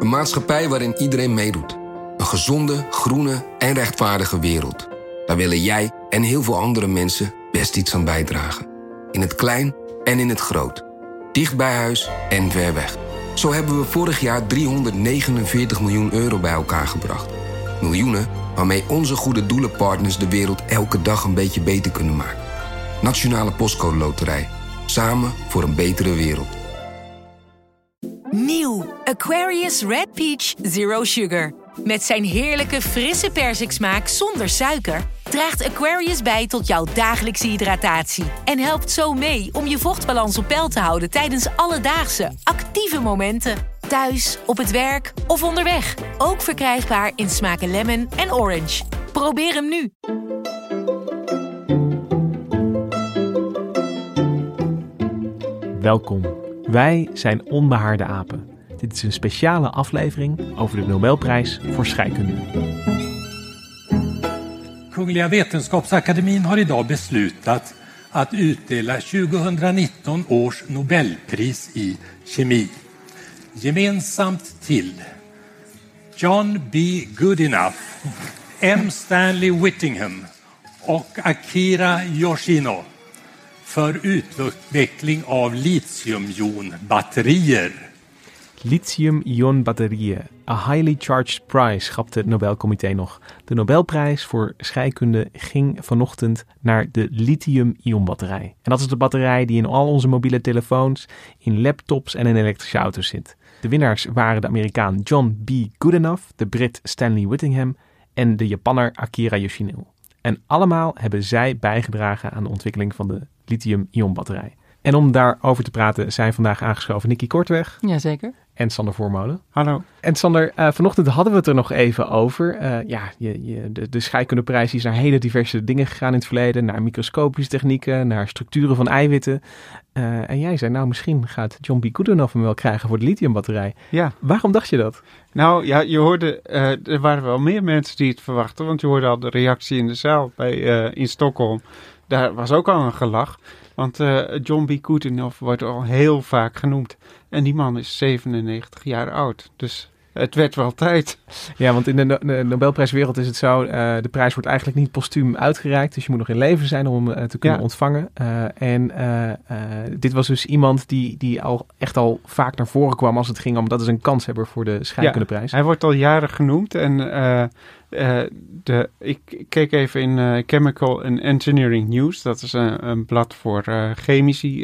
Een maatschappij waarin iedereen meedoet. Een gezonde, groene en rechtvaardige wereld. Daar willen jij en heel veel andere mensen best iets aan bijdragen. In het klein en in het groot. Dicht bij huis en ver weg. Zo hebben we vorig jaar 349 miljoen euro bij elkaar gebracht. Miljoenen waarmee onze goede doelenpartners de wereld elke dag een beetje beter kunnen maken. Nationale Postcode Loterij. Samen voor een betere wereld. Nieuw Aquarius Red Peach Zero Sugar. Met zijn heerlijke frisse persiksmaak zonder suiker draagt Aquarius bij tot jouw dagelijkse hydratatie. En helpt zo mee om je vochtbalans op peil te houden tijdens alledaagse, actieve momenten. Thuis, op het werk of onderweg. Ook verkrijgbaar in smaken lemon en orange. Probeer hem nu. Welkom. Wij zijn Onbehaarde Apen. Dit is een speciale aflevering over de Nobelprijs voor scheikunde. Kungliga Vetenskapsakademien har idag beslutat att utdela 2019 års Nobelpris i kemi. Gemensamt till John B. Goodenough, M. Stanley Whittingham och Akira Yoshino för utveckling av lithium-ionbatterier. Lithium-ion-batterijen, a highly charged prize, gaf het Nobelcomité nog. De Nobelprijs voor scheikunde ging vanochtend naar de lithium-ion-batterij. En dat is de batterij die in al onze mobiele telefoons, in laptops en in elektrische auto's zit. De winnaars waren de Amerikaan John B. Goodenough, de Brit Stanley Whittingham en de Japanner Akira Yoshino. En allemaal hebben zij bijgedragen aan de ontwikkeling van de lithium-ion-batterij. En om daarover te praten zijn vandaag aangeschoven Nicky Korteweg. Jazeker. En Sander Voormolen. Hallo. En Sander, vanochtend hadden we het er nog even over. De scheikundeprijs is naar hele diverse dingen gegaan in het verleden. Naar microscopische technieken, naar structuren van eiwitten. En jij zei, nou misschien gaat John B. Goodenough hem wel krijgen voor de lithiumbatterij. Ja. Waarom dacht je dat? Nou ja, je hoorde, er waren wel meer mensen die het verwachten. Want je hoorde al de reactie in de zaal in Stockholm. Daar was ook al een gelach. Want John B. Goodenough wordt al heel vaak genoemd. En die man is 97 jaar oud. Dus het werd wel tijd. Ja, want in de Nobelprijswereld is het zo. De prijs wordt eigenlijk niet postuum uitgereikt. Dus je moet nog in leven zijn om hem te kunnen ontvangen. Dit was dus iemand die al vaak naar voren kwam als het ging om dat is een kanshebber voor de scheikundeprijs. Ja, hij wordt al jaren genoemd. En ik keek even in Chemical and Engineering News. Dat is een blad voor chemici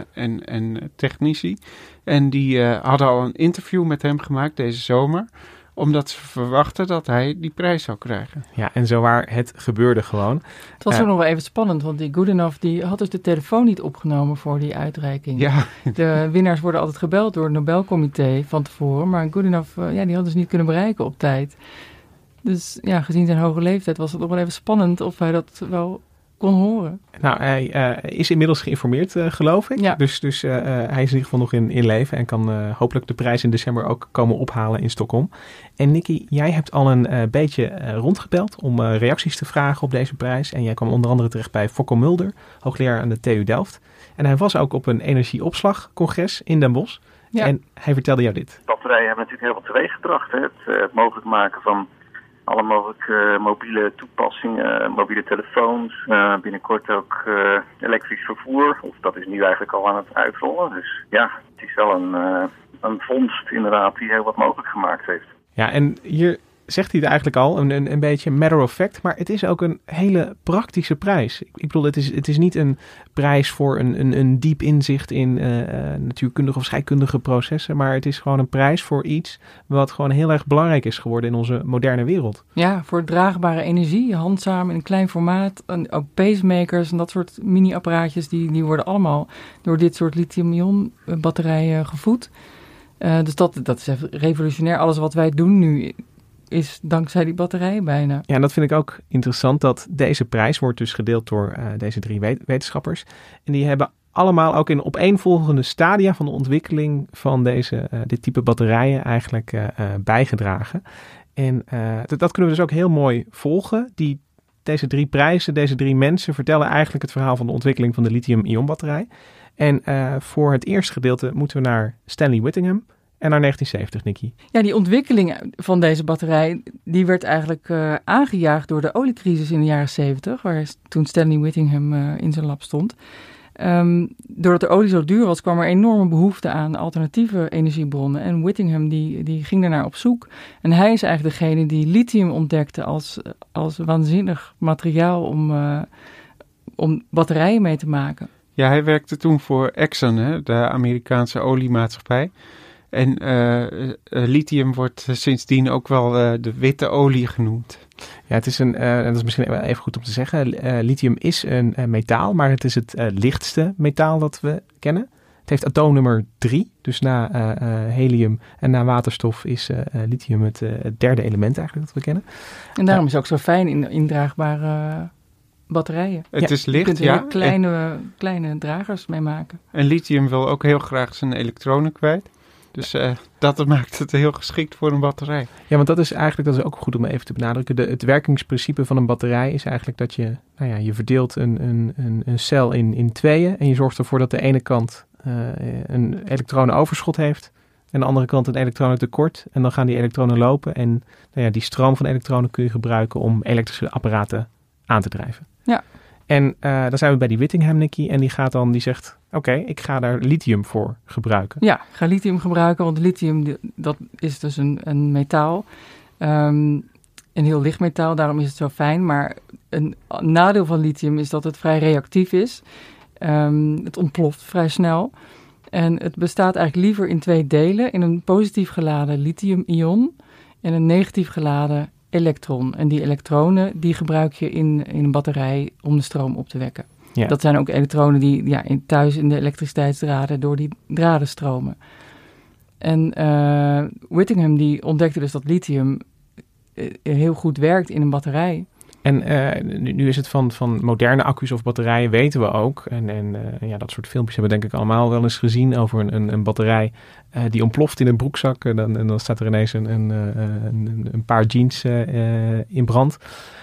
en technici. En die hadden al een interview met hem gemaakt deze zomer. Omdat ze verwachten dat hij die prijs zou krijgen. Ja, en zowaar het gebeurde gewoon. Het was ook nog wel even spannend, want die Goodenough die had dus de telefoon niet opgenomen voor die uitreiking. Ja. De winnaars worden altijd gebeld door het Nobelcomité van tevoren. Maar Goodenough, die had dus niet kunnen bereiken op tijd. Dus ja, gezien zijn hoge leeftijd was het nog wel even spannend of hij dat wel kon horen. Nou, hij is inmiddels geïnformeerd, geloof ik. Ja. Dus hij is in ieder geval nog in leven en kan hopelijk de prijs in december ook komen ophalen in Stockholm. En Nicky, jij hebt al een beetje rondgebeld om reacties te vragen op deze prijs. En jij kwam onder andere terecht bij Fokko Mulder, hoogleraar aan de TU Delft. En hij was ook op een energieopslagcongres in Den Bosch. Ja. En hij vertelde jou dit. Batterijen hebben natuurlijk heel veel teweeggebracht. Hè? Het mogelijk maken van alle mogelijke mobiele toepassingen, mobiele telefoons, binnenkort ook elektrisch vervoer. Of dat is nu eigenlijk al aan het uitrollen. Dus ja, het is wel een vondst inderdaad die heel wat mogelijk gemaakt heeft. Ja, en hier zegt hij het eigenlijk al, een beetje matter of fact, maar het is ook een hele praktische prijs. Ik bedoel, het is niet een prijs voor een diep inzicht in natuurkundige of scheikundige processen, maar het is gewoon een prijs voor iets wat gewoon heel erg belangrijk is geworden in onze moderne wereld. Ja, voor draagbare energie, handzaam in een klein formaat, en ook pacemakers en dat soort mini-apparaatjes, die worden allemaal door dit soort lithium-ion batterijen gevoed. Dus dat is even revolutionair. Alles wat wij doen nu is dankzij die batterijen bijna. Ja, en dat vind ik ook interessant, dat deze prijs wordt dus gedeeld door deze 3 wetenschappers. En die hebben allemaal ook in opeenvolgende stadia van de ontwikkeling van dit type batterijen eigenlijk bijgedragen. En dat kunnen we dus ook heel mooi volgen. Deze 3 prijzen, deze 3 mensen vertellen eigenlijk het verhaal van de ontwikkeling van de lithium-ion batterij. En voor het eerste gedeelte moeten we naar Stanley Whittingham. en naar 1970, Nikki. Ja, die ontwikkeling van deze batterij, die werd eigenlijk aangejaagd door de oliecrisis in de jaren 70, waar toen Stanley Whittingham in zijn lab stond. Doordat de olie zo duur was, kwam er enorme behoefte aan alternatieve energiebronnen. En Whittingham die ging daarnaar op zoek. En hij is eigenlijk degene die lithium ontdekte als waanzinnig materiaal om batterijen mee te maken. Ja, hij werkte toen voor Exxon, hè, de Amerikaanse oliemaatschappij. En lithium wordt sindsdien ook wel de witte olie genoemd. Ja, het is dat is misschien even goed om te zeggen. Lithium is een metaal, maar het is het lichtste metaal dat we kennen. Het heeft atoomnummer 3, dus na helium en na waterstof is lithium het derde element eigenlijk dat we kennen. En daarom is het ook zo fijn in indraagbare batterijen. Het is licht, je kunt er kleine dragers mee maken. En lithium wil ook heel graag zijn elektronen kwijt. Dus dat maakt het heel geschikt voor een batterij. Ja, want dat is ook goed om even te benadrukken. Het werkingsprincipe van een batterij is eigenlijk dat je verdeelt een cel in tweeën. En je zorgt ervoor dat de ene kant een elektronenoverschot heeft. En de andere kant een elektronentekort. En dan gaan die elektronen lopen. En die stroom van elektronen kun je gebruiken om elektrische apparaten aan te drijven. Ja. En dan zijn we bij die Whittingham, Nikki. En die zegt, oké, ik ga daar lithium voor gebruiken. Ja, ik ga lithium gebruiken, want lithium dat is dus een metaal. Een heel licht metaal, daarom is het zo fijn. Maar een nadeel van lithium is dat het vrij reactief is. Het ontploft vrij snel. En het bestaat eigenlijk liever in 2 delen. In een positief geladen lithium-ion en een negatief geladen elektron. En die elektronen die gebruik je in een batterij om de stroom op te wekken. Ja. Dat zijn ook elektronen die thuis in de elektriciteitsdraden door die draden stromen. En Whittingham die ontdekte dus dat lithium heel goed werkt in een batterij. En nu is het van moderne accu's of batterijen weten we ook. En dat soort filmpjes hebben we denk ik allemaal wel eens gezien over een batterij die ontploft in een broekzak. En dan staat er ineens een paar jeans in brand.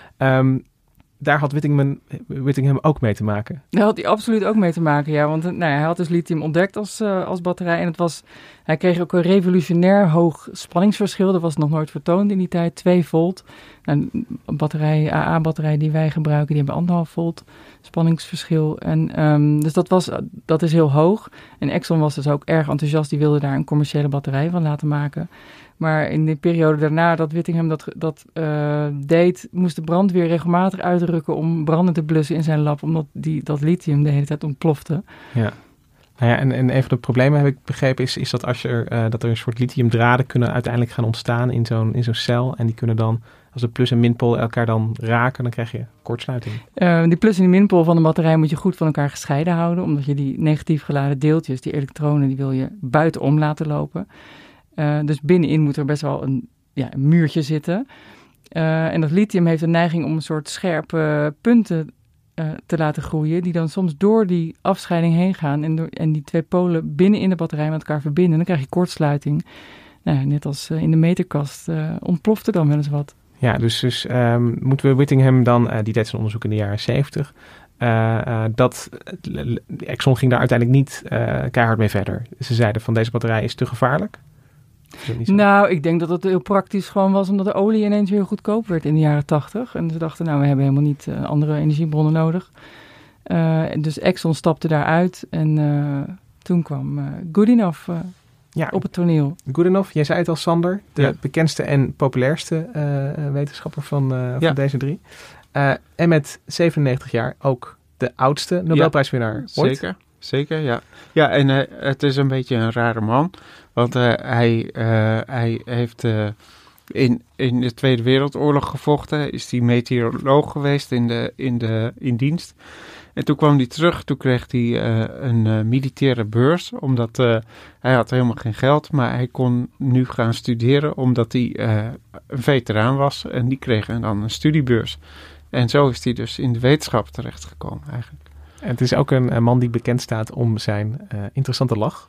Daar had Whittingham ook mee te maken. Daar had hij absoluut ook mee te maken, ja. Want hij had dus lithium ontdekt als batterij. En hij kreeg ook een revolutionair hoog spanningsverschil. Dat was nog nooit vertoond in die tijd, 2 volt. Een AA-batterij die wij gebruiken, die hebben 1,5 volt spanningsverschil. En dus dat is heel hoog. En Exxon was dus ook erg enthousiast. Die wilde daar een commerciële batterij van laten maken. Maar in de periode daarna dat Whittingham dat deed, moest de brandweer regelmatig uitrukken om branden te blussen in zijn lab, omdat dat lithium de hele tijd ontplofte. Ja. Nou ja, en een van de problemen, heb ik begrepen, is dat dat er een soort lithiumdraden kunnen uiteindelijk gaan ontstaan in zo'n cel. En die kunnen dan, als de plus- en minpool elkaar dan raken, dan krijg je kortsluiting. Die plus- en die minpool van de batterij moet je goed van elkaar gescheiden houden, omdat je die negatief geladen deeltjes, die elektronen, die wil je buitenom laten lopen. Dus binnenin moet er best wel een muurtje zitten. En dat lithium heeft een neiging om een soort scherpe punten te laten groeien, die dan soms door die afscheiding heen gaan en die 2 polen binnenin de batterij met elkaar verbinden. Dan krijg je kortsluiting. Net als in de meterkast ontploft er dan wel eens wat. Ja, dus moeten we Whittingham dan, die deed zijn onderzoek in de jaren 70... Exxon ging daar uiteindelijk niet keihard mee verder. Ze zeiden van deze batterij is te gevaarlijk. Nou, ik denk dat het heel praktisch gewoon was, omdat de olie ineens weer goedkoop werd in de jaren 80. En ze dachten, we hebben helemaal niet andere energiebronnen nodig. Dus Exxon stapte daaruit en toen kwam Goodenough op het toneel. Goodenough, jij zei het al, Sander, de bekendste en populairste wetenschapper van deze 3. En met 97 jaar ook de oudste Nobelprijswinnaar ooit. Zeker, ja. Ja, en het is een beetje een rare man. Want hij heeft in de Tweede Wereldoorlog gevochten. Is hij meteoroloog geweest in dienst. En toen kwam hij terug. Toen kreeg hij een militaire beurs. Omdat hij had helemaal geen geld. Maar hij kon nu gaan studeren. Omdat hij een veteraan was. En die kreeg dan een studiebeurs. En zo is hij dus in de wetenschap terechtgekomen eigenlijk. En het is ook een man die bekend staat om zijn interessante lach.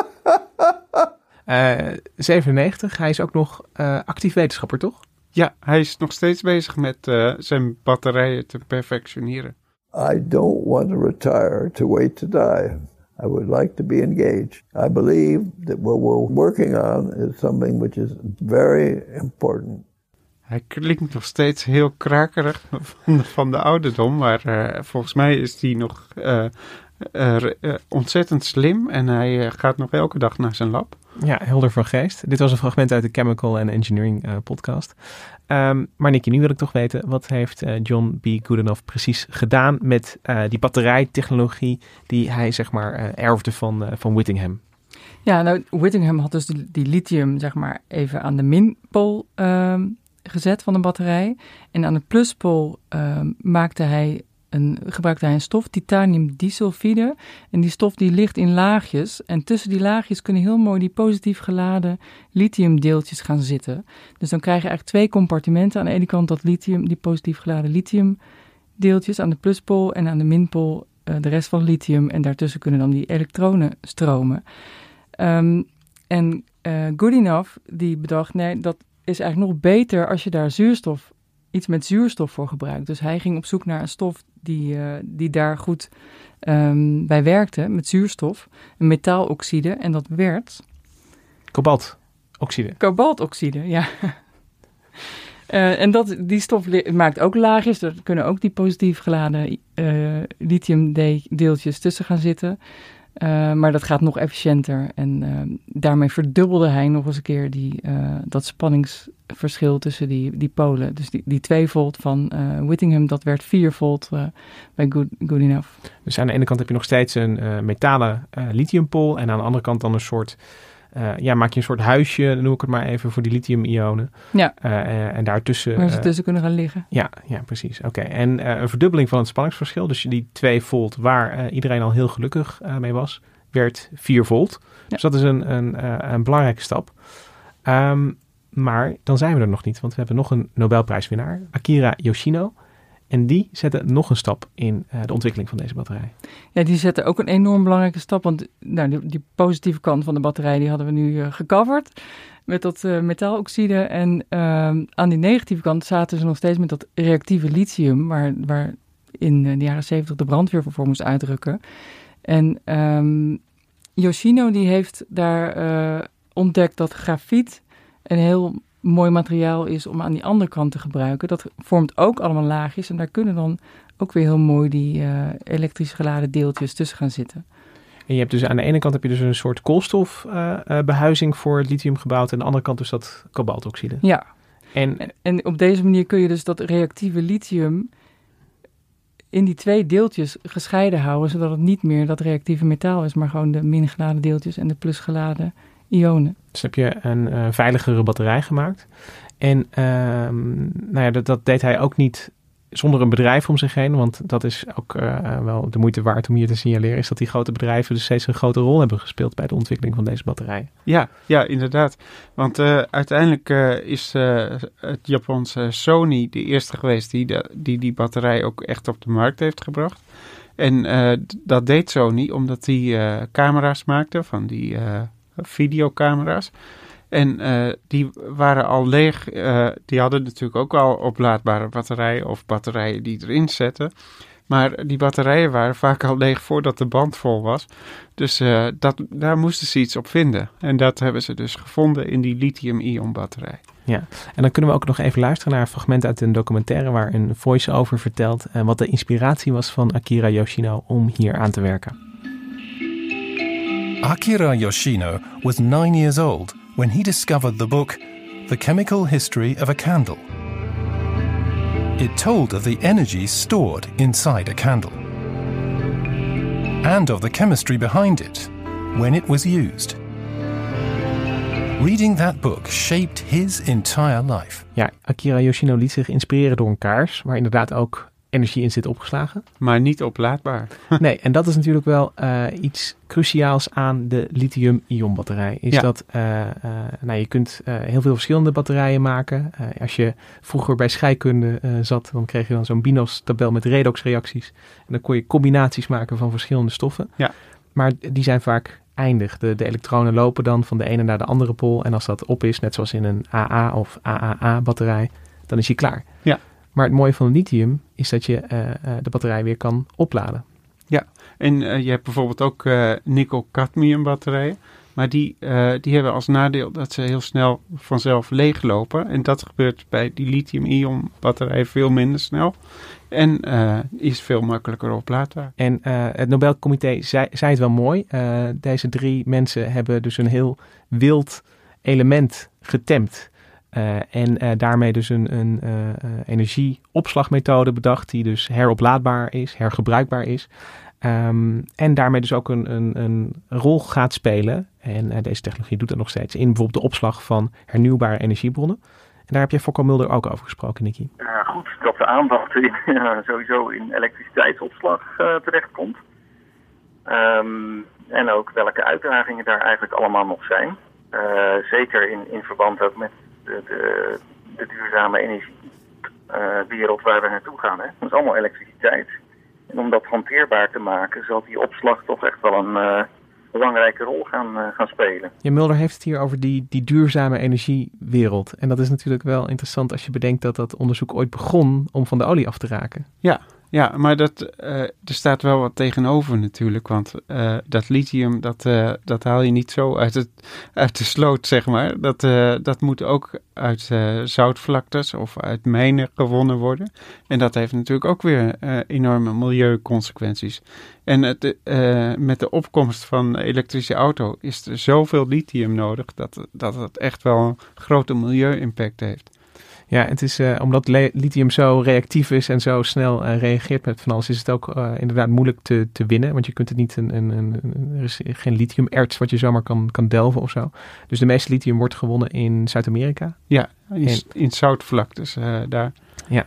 97, hij is ook nog actief wetenschapper, toch? Ja, hij is nog steeds bezig met zijn batterijen te perfectioneren. I don't want to retire to wait to die. I would like to be engaged. I believe that what we're working on is something which is very important. Hij klinkt nog steeds heel krakerig van de ouderdom, maar volgens mij is hij nog ontzettend slim en hij gaat nog elke dag naar zijn lab. Ja, helder van geest. Dit was een fragment uit de Chemical and Engineering podcast. Maar Nicky, nu wil ik toch weten, wat heeft John B. Goodenough precies gedaan met die batterijtechnologie die hij zeg maar erfde van Whittingham? Ja, nou, Whittingham had dus die lithium zeg maar even aan de minpool gezet van de batterij. En aan de pluspool gebruikte hij een stof, titanium disulfide. En die stof die ligt in laagjes. En tussen die laagjes kunnen heel mooi die positief geladen lithiumdeeltjes gaan zitten. Dus dan krijg je eigenlijk 2 compartimenten. Aan de ene kant dat lithium, die positief geladen lithiumdeeltjes aan de pluspool. En aan de minpool de rest van lithium. En daartussen kunnen dan die elektronen stromen. Goodenough die bedacht, nee, dat is eigenlijk nog beter als je daar iets met zuurstof voor gebruikt. Dus hij ging op zoek naar een stof die daar goed bij werkte, met zuurstof, een metaaloxide, en dat werd... Kobaltoxide, ja. Die stof maakt ook laagjes, er kunnen ook die positief geladen lithiumdeeltjes tussen gaan zitten. Maar dat gaat nog efficiënter. En daarmee verdubbelde hij nog eens een keer dat spanningsverschil tussen die polen. Dus die 2 volt van Whittingham, dat werd 4 volt bij Goodenough. Dus aan de ene kant heb je nog steeds een metalen lithiumpool. En aan de andere kant dan een soort... maak je een soort huisje, noem ik het maar even, voor die lithium-ionen. Ja. En daartussen... Waar ze tussen kunnen gaan liggen. Ja, precies. Oké. En een verdubbeling van het spanningsverschil, dus die 2 volt waar iedereen al heel gelukkig mee was, werd 4 volt. Ja. Dus dat is een belangrijke stap. Maar dan zijn we er nog niet, want we hebben nog een Nobelprijswinnaar, Akira Yoshino. En die zetten nog een stap in de ontwikkeling van deze batterij. Ja, die zetten ook een enorm belangrijke stap. Want die positieve kant van de batterij die hadden we nu gecoverd. Met dat metaaloxide. En aan die negatieve kant zaten ze nog steeds met dat reactieve lithium. Waar in de jaren 70 de brandweer voor moest uitrukken. En Yoshino die heeft daar ontdekt dat grafiet een heel mooi materiaal is om aan die andere kant te gebruiken. Dat vormt ook allemaal laagjes en daar kunnen dan ook weer heel mooi die elektrisch geladen deeltjes tussen gaan zitten. En je hebt dus aan de ene kant heb je dus een soort koolstofbehuizing voor het lithium gebouwd en aan de andere kant dus dat kobaltoxide. Ja, en op deze manier kun je dus dat reactieve lithium in die 2 deeltjes gescheiden houden, zodat het niet meer dat reactieve metaal is, maar gewoon de min geladen deeltjes en de plus geladen ionen. Dus heb je een veiligere batterij gemaakt. En dat deed hij ook niet zonder een bedrijf om zich heen. Want dat is ook wel de moeite waard om hier te signaleren. Is dat die grote bedrijven dus steeds een grote rol hebben gespeeld bij de ontwikkeling van deze batterij. Ja, inderdaad. Want uiteindelijk is het Japanse Sony de eerste geweest die batterij ook echt op de markt heeft gebracht. En dat deed Sony omdat die camera's maakte van die videocamera's. En die waren al leeg. Die hadden natuurlijk ook al oplaadbare batterijen of batterijen die erin zetten. Maar die batterijen waren vaak al leeg voordat de band vol was. Dus daar moesten ze iets op vinden. En dat hebben ze dus gevonden in die lithium-ion batterij. Ja, en dan kunnen we ook nog even luisteren naar een fragment uit een documentaire waar een voice-over vertelt wat de inspiratie was van Akira Yoshino om hier aan te werken. Akira Yoshino was 9 years old when he discovered the book The Chemical History of a Candle. It told of the energy stored inside a candle and of the chemistry behind it when it was used. Reading that book shaped his entire life. Ja, Akira Yoshino liet zich inspireren door een kaars waar inderdaad ook energie in zit opgeslagen. Maar niet oplaadbaar. Nee, en dat is natuurlijk wel iets cruciaals aan de lithium-ion batterij. Is dat je kunt heel veel verschillende batterijen maken. Als je vroeger bij scheikunde zat, dan kreeg je dan zo'n Binos-tabel met redoxreacties. En dan kon je combinaties maken van verschillende stoffen. Ja. Maar die zijn vaak eindig. De elektronen lopen dan van de ene naar de andere pool. En als dat op is, net zoals in een AA of AAA-batterij, dan is hij klaar. Ja. Maar het mooie van lithium is dat je de batterij weer kan opladen. Ja, en je hebt bijvoorbeeld ook nikkel-cadmium batterijen. Maar die hebben als nadeel dat ze heel snel vanzelf leeglopen. En dat gebeurt bij die lithium-ion batterij veel minder snel. En is veel makkelijker oplaadbaar. En het Nobelcomité zei het wel mooi. Deze 3 mensen hebben dus een heel wild element getemd. En daarmee dus een energieopslagmethode bedacht die dus heroplaadbaar is, hergebruikbaar is. En daarmee dus ook een rol gaat spelen. En deze technologie doet dat nog steeds in bijvoorbeeld de opslag van hernieuwbare energiebronnen. En daar heb je Focko Mulder ook over gesproken, Nicky. Goed dat de aandacht sowieso in elektriciteitsopslag terechtkomt. En ook welke uitdagingen daar eigenlijk allemaal nog zijn. Zeker in verband ook met de duurzame energiewereld waar we naartoe gaan. Hè. Dat is allemaal elektriciteit. En om dat hanteerbaar te maken, zal die opslag toch echt wel een belangrijke rol gaan spelen. Ja, Mulder heeft het hier over die duurzame energiewereld. En dat is natuurlijk wel interessant als je bedenkt dat dat onderzoek ooit begon om van de olie af te raken. Ja, maar er staat wel wat tegenover natuurlijk. Want dat lithium, dat haal je niet zo uit de sloot, zeg maar. Dat moet ook uit zoutvlaktes of uit mijnen gewonnen worden. En dat heeft natuurlijk ook weer enorme milieuconsequenties. En met de opkomst van de elektrische auto is er zoveel lithium nodig dat het echt wel een grote milieu-impact heeft. Ja, het is omdat lithium zo reactief is en zo snel reageert met van alles, is het ook inderdaad moeilijk te winnen. Want je kunt het niet, er is geen lithiumerts wat je zomaar kan delven of zo. Dus de meeste lithium wordt gewonnen in Zuid-Amerika. Ja, in zoutvlaktes daar. Ja,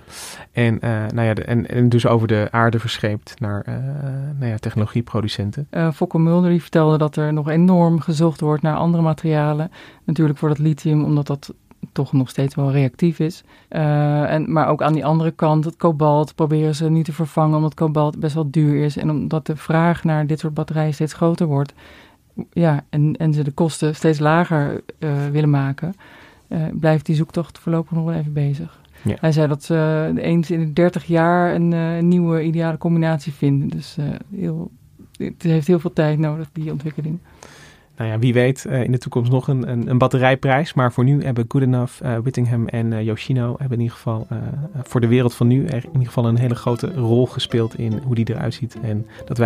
en dus over de aarde verscheept naar technologieproducenten. Focko Mulder die vertelde dat er nog enorm gezocht wordt naar andere materialen. Natuurlijk voor dat lithium, omdat dat toch nog steeds wel reactief is. Maar ook aan die andere kant, het kobalt proberen ze nu te vervangen, omdat kobalt best wel duur is. En omdat de vraag naar dit soort batterijen steeds groter wordt. Ja, en ze de kosten steeds lager willen maken, blijft die zoektocht voorlopig nog wel even bezig. Ja. Hij zei dat ze eens in de 30 jaar een nieuwe ideale combinatie vinden. Dus het heeft heel veel tijd nodig, die ontwikkeling. Nou ja, wie weet in de toekomst nog een batterijprijs. Maar voor nu hebben Goodenough, Whittingham en Yoshino hebben in ieder geval voor de wereld van nu in ieder geval een hele grote rol gespeeld in hoe die eruit ziet. En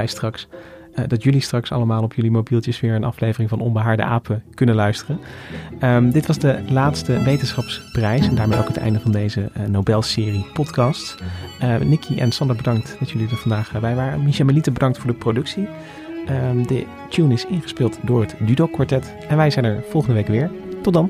dat jullie straks allemaal op jullie mobieltjes weer een aflevering van Onbehaarde Apen kunnen luisteren. Dit was de laatste wetenschapsprijs en daarmee ook het einde van deze Nobelserie podcast. Nicky en Sander, bedankt dat jullie er vandaag bij waren. Micha Melite, bedankt voor de productie. De tune is ingespeeld door het Dudok Quartet. En wij zijn er volgende week weer. Tot dan.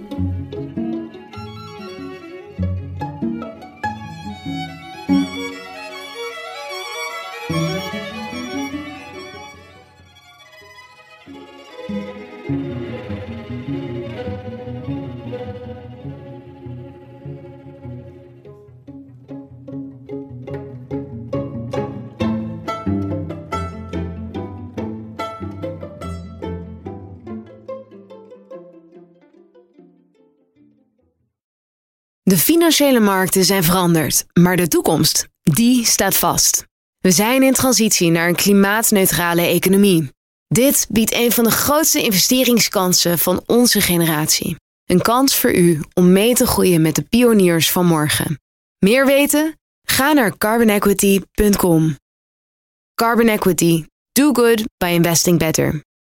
De financiële markten zijn veranderd, maar de toekomst, die staat vast. We zijn in transitie naar een klimaatneutrale economie. Dit biedt een van de grootste investeringskansen van onze generatie. Een kans voor u om mee te groeien met de pioniers van morgen. Meer weten? Ga naar carbonequity.com. Carbon Equity. Do good by investing better.